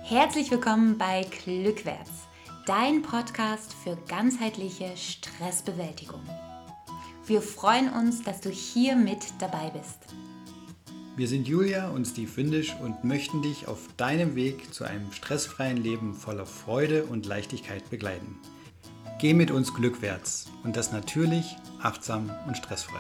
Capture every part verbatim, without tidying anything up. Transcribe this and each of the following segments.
Herzlich willkommen bei Glückwärts, dein Podcast für ganzheitliche Stressbewältigung. Wir freuen uns, dass du hier mit dabei bist. Wir sind Julia und Steve Windisch und möchten dich auf deinem Weg zu einem stressfreien Leben voller Freude und Leichtigkeit begleiten. Geh mit uns glückwärts und das natürlich, achtsam und stressfrei.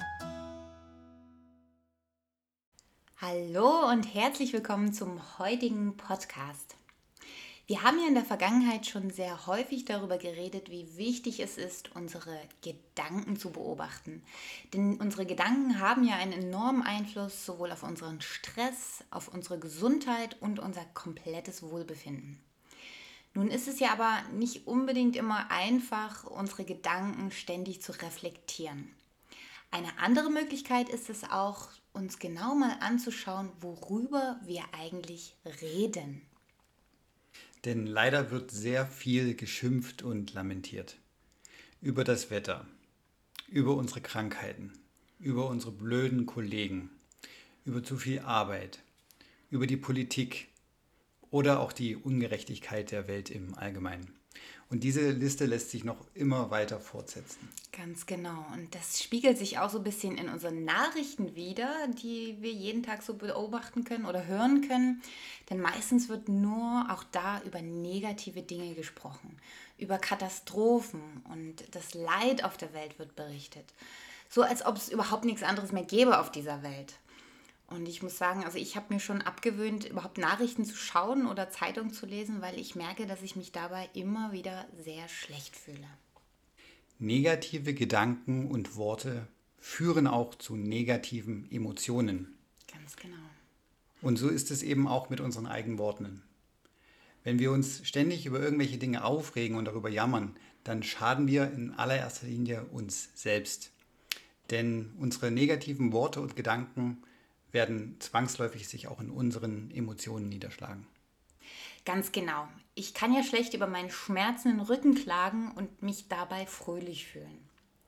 Hallo und herzlich willkommen zum heutigen Podcast. Wir haben ja in der Vergangenheit schon sehr häufig darüber geredet, wie wichtig es ist, unsere Gedanken zu beobachten. Denn unsere Gedanken haben ja einen enormen Einfluss sowohl auf unseren Stress, auf unsere Gesundheit und unser komplettes Wohlbefinden. Nun ist es ja aber nicht unbedingt immer einfach, unsere Gedanken ständig zu reflektieren. Eine andere Möglichkeit ist es auch, uns genau mal anzuschauen, worüber wir eigentlich reden. Denn leider wird sehr viel geschimpft und lamentiert. Über das Wetter, über unsere Krankheiten, über unsere blöden Kollegen, über zu viel Arbeit, über die Politik oder auch die Ungerechtigkeit der Welt im Allgemeinen. Und diese Liste lässt sich noch immer weiter fortsetzen. Ganz genau. Und das spiegelt sich auch so ein bisschen in unseren Nachrichten wider, die wir jeden Tag so beobachten können oder hören können. Denn meistens wird nur auch da über negative Dinge gesprochen, über Katastrophen und das Leid auf der Welt wird berichtet. So als ob es überhaupt nichts anderes mehr gäbe auf dieser Welt. Und ich muss sagen, also ich habe mir schon abgewöhnt, überhaupt Nachrichten zu schauen oder Zeitungen zu lesen, weil ich merke, dass ich mich dabei immer wieder sehr schlecht fühle. Negative Gedanken und Worte führen auch zu negativen Emotionen. Ganz genau. Und so ist es eben auch mit unseren eigenen Worten. Wenn wir uns ständig über irgendwelche Dinge aufregen und darüber jammern, dann schaden wir in allererster Linie uns selbst. Denn unsere negativen Worte und Gedanken werden zwangsläufig sich auch in unseren Emotionen niederschlagen. Ganz genau. Ich kann ja schlecht über meinen schmerzenden Rücken klagen und mich dabei fröhlich fühlen.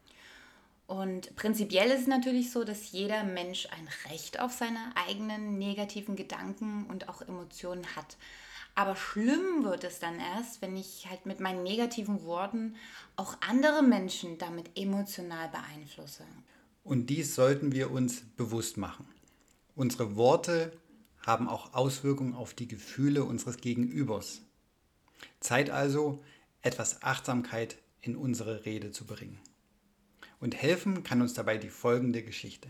Und prinzipiell ist es natürlich so, dass jeder Mensch ein Recht auf seine eigenen negativen Gedanken und auch Emotionen hat. Aber schlimm wird es dann erst, wenn ich halt mit meinen negativen Worten auch andere Menschen damit emotional beeinflusse. Und dies sollten wir uns bewusst machen. Unsere Worte haben auch Auswirkungen auf die Gefühle unseres Gegenübers. Zeit also, etwas Achtsamkeit in unsere Rede zu bringen. Und helfen kann uns dabei die folgende Geschichte.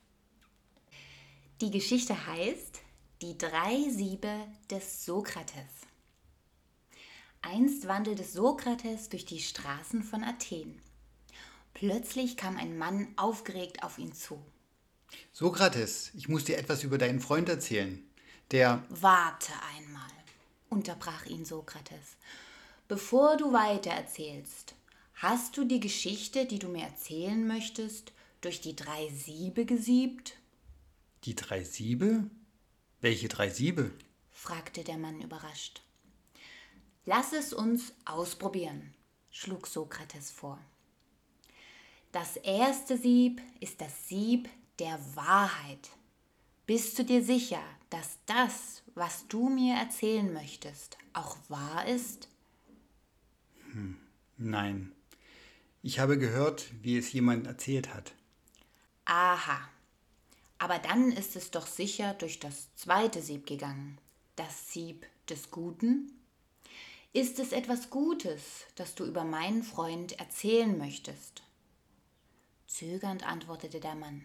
Die Geschichte heißt Die drei Siebe des Sokrates. Einst wandelte Sokrates durch die Straßen von Athen. Plötzlich kam ein Mann aufgeregt auf ihn zu. Sokrates, ich muss dir etwas über deinen Freund erzählen. Der... Warte einmal, unterbrach ihn Sokrates. Bevor du weiter erzählst, hast du die Geschichte, die du mir erzählen möchtest, durch die drei Siebe gesiebt? Die drei Siebe? Welche drei Siebe? Fragte der Mann überrascht. Lass es uns ausprobieren, schlug Sokrates vor. Das erste Sieb ist das Sieb der Wahrheit. Bist du dir sicher, dass das, was du mir erzählen möchtest, auch wahr ist? Hm, nein. Ich habe gehört, wie es jemand erzählt hat. Aha. Aber dann ist es doch sicher durch das zweite Sieb gegangen. Das Sieb des Guten? Ist es etwas Gutes, das du über meinen Freund erzählen möchtest? Zögernd antwortete der Mann.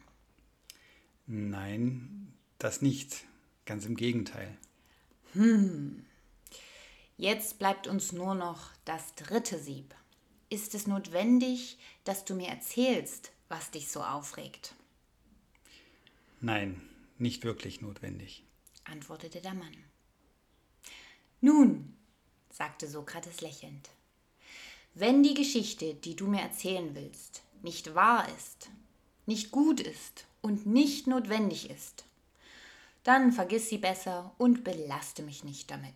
Nein, das nicht. Ganz im Gegenteil. Hm. Jetzt bleibt uns nur noch das dritte Sieb. Ist es notwendig, dass du mir erzählst, was dich so aufregt? Nein, nicht wirklich notwendig, antwortete der Mann. Nun, sagte Sokrates lächelnd, wenn die Geschichte, die du mir erzählen willst, nicht wahr ist, nicht gut ist und nicht notwendig ist, dann vergiss sie besser und belaste mich nicht damit.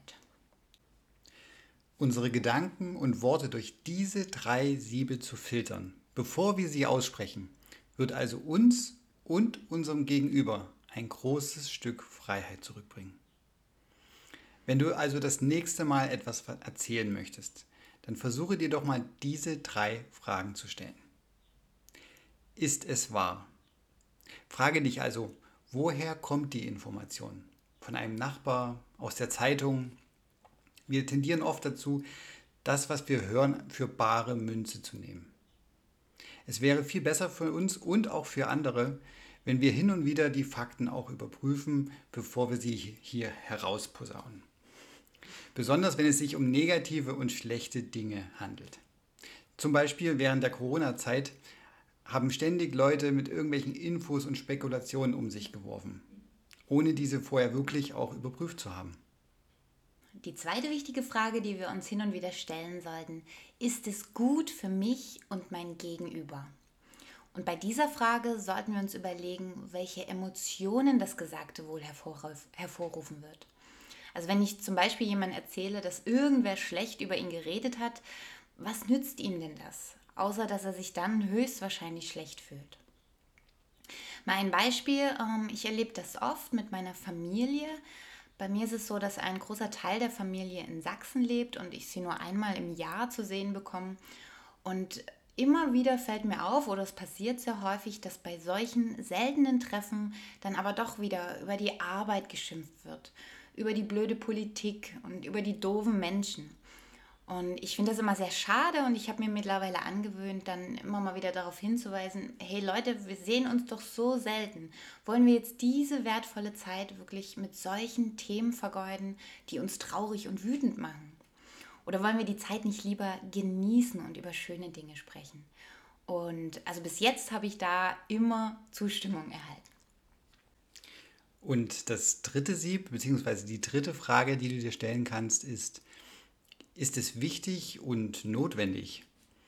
Unsere Gedanken und Worte durch diese drei Siebe zu filtern, bevor wir sie aussprechen, wird also uns und unserem Gegenüber ein großes Stück Freiheit zurückbringen. Wenn du also das nächste Mal etwas erzählen möchtest, dann versuche dir doch mal diese drei Fragen zu stellen. Ist es wahr? Frage dich also, woher kommt die Information? Von einem Nachbar, aus der Zeitung? Wir tendieren oft dazu, das, was wir hören, für bare Münze zu nehmen. Es wäre viel besser für uns und auch für andere, wenn wir hin und wieder die Fakten auch überprüfen, bevor wir sie hier herausposaunen. Besonders wenn es sich um negative und schlechte Dinge handelt. Zum Beispiel während der Corona-Zeit haben ständig Leute mit irgendwelchen Infos und Spekulationen um sich geworfen, ohne diese vorher wirklich auch überprüft zu haben. Die zweite wichtige Frage, die wir uns hin und wieder stellen sollten, ist es gut für mich und mein Gegenüber? Und bei dieser Frage sollten wir uns überlegen, welche Emotionen das Gesagte wohl hervorrufen wird. Also wenn ich zum Beispiel jemandem erzähle, dass irgendwer schlecht über ihn geredet hat, was nützt ihm denn das? Außer dass er sich dann höchstwahrscheinlich schlecht fühlt. Mal ein Beispiel, ich erlebe das oft mit meiner Familie. Bei mir ist es so, dass ein großer Teil der Familie in Sachsen lebt und ich sie nur einmal im Jahr zu sehen bekomme. Und immer wieder fällt mir auf, oder es passiert sehr häufig, dass bei solchen seltenen Treffen dann aber doch wieder über die Arbeit geschimpft wird, über die blöde Politik und über die doofen Menschen. Und ich finde das immer sehr schade und ich habe mir mittlerweile angewöhnt, dann immer mal wieder darauf hinzuweisen, hey Leute, wir sehen uns doch so selten. Wollen wir jetzt diese wertvolle Zeit wirklich mit solchen Themen vergeuden, die uns traurig und wütend machen? Oder wollen wir die Zeit nicht lieber genießen und über schöne Dinge sprechen? Und also bis jetzt habe ich da immer Zustimmung erhalten. Und das dritte Sieb, beziehungsweise die dritte Frage, die du dir stellen kannst, ist, ist es wichtig und notwendig?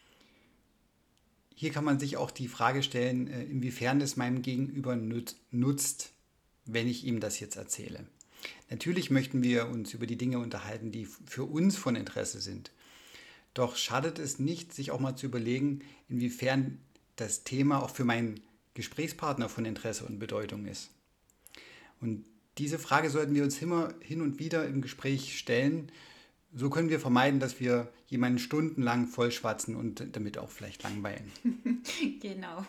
Hier kann man sich auch die Frage stellen, inwiefern es meinem Gegenüber nutzt, wenn ich ihm das jetzt erzähle. Natürlich möchten wir uns über die Dinge unterhalten, die für uns von Interesse sind. Doch schadet es nicht, sich auch mal zu überlegen, inwiefern das Thema auch für meinen Gesprächspartner von Interesse und Bedeutung ist. Und diese Frage sollten wir uns immer hin und wieder im Gespräch stellen. So können wir vermeiden, dass wir jemanden stundenlang vollschwatzen und damit auch vielleicht langweilen. Genau.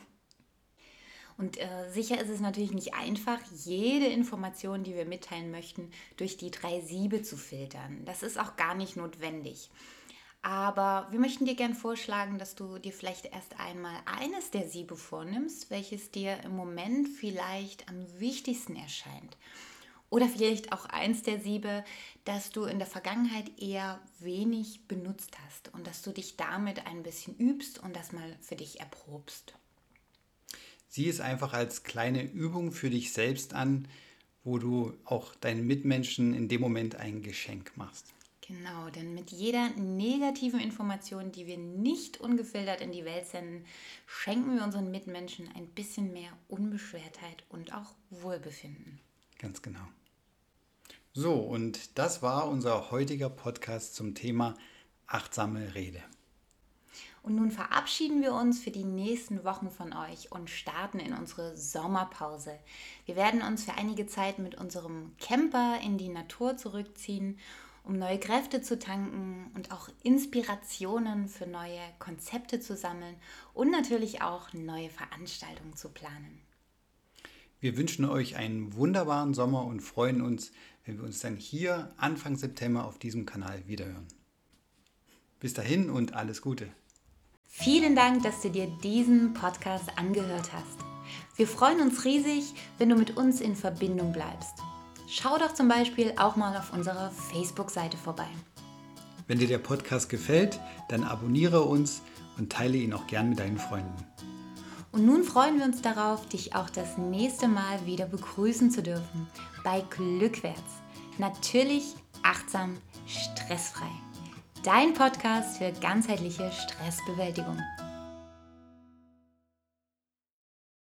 Und äh, sicher ist es natürlich nicht einfach, jede Information, die wir mitteilen möchten, durch die drei Siebe zu filtern. Das ist auch gar nicht notwendig. Aber wir möchten dir gern vorschlagen, dass du dir vielleicht erst einmal eines der Siebe vornimmst, welches dir im Moment vielleicht am wichtigsten erscheint. Oder vielleicht auch eins der Siebe, das du in der Vergangenheit eher wenig benutzt hast und dass du dich damit ein bisschen übst und das mal für dich erprobst. Sieh es einfach als kleine Übung für dich selbst an, wo du auch deinen Mitmenschen in dem Moment ein Geschenk machst. Genau, denn mit jeder negativen Information, die wir nicht ungefiltert in die Welt senden, schenken wir unseren Mitmenschen ein bisschen mehr Unbeschwertheit und auch Wohlbefinden. Ganz genau. So, und das war unser heutiger Podcast zum Thema achtsame Rede. Und nun verabschieden wir uns für die nächsten Wochen von euch und starten in unsere Sommerpause. Wir werden uns für einige Zeit mit unserem Camper in die Natur zurückziehen, um neue Kräfte zu tanken und auch Inspirationen für neue Konzepte zu sammeln und natürlich auch neue Veranstaltungen zu planen. Wir wünschen euch einen wunderbaren Sommer und freuen uns, wenn wir uns dann hier Anfang September auf diesem Kanal wiederhören. Bis dahin und alles Gute. Vielen Dank, dass du dir diesen Podcast angehört hast. Wir freuen uns riesig, wenn du mit uns in Verbindung bleibst. Schau doch zum Beispiel auch mal auf unserer Facebook-Seite vorbei. Wenn dir der Podcast gefällt, dann abonniere uns und teile ihn auch gern mit deinen Freunden. Und nun freuen wir uns darauf, dich auch das nächste Mal wieder begrüßen zu dürfen bei Glückwärts. Natürlich achtsam, stressfrei. Dein Podcast für ganzheitliche Stressbewältigung.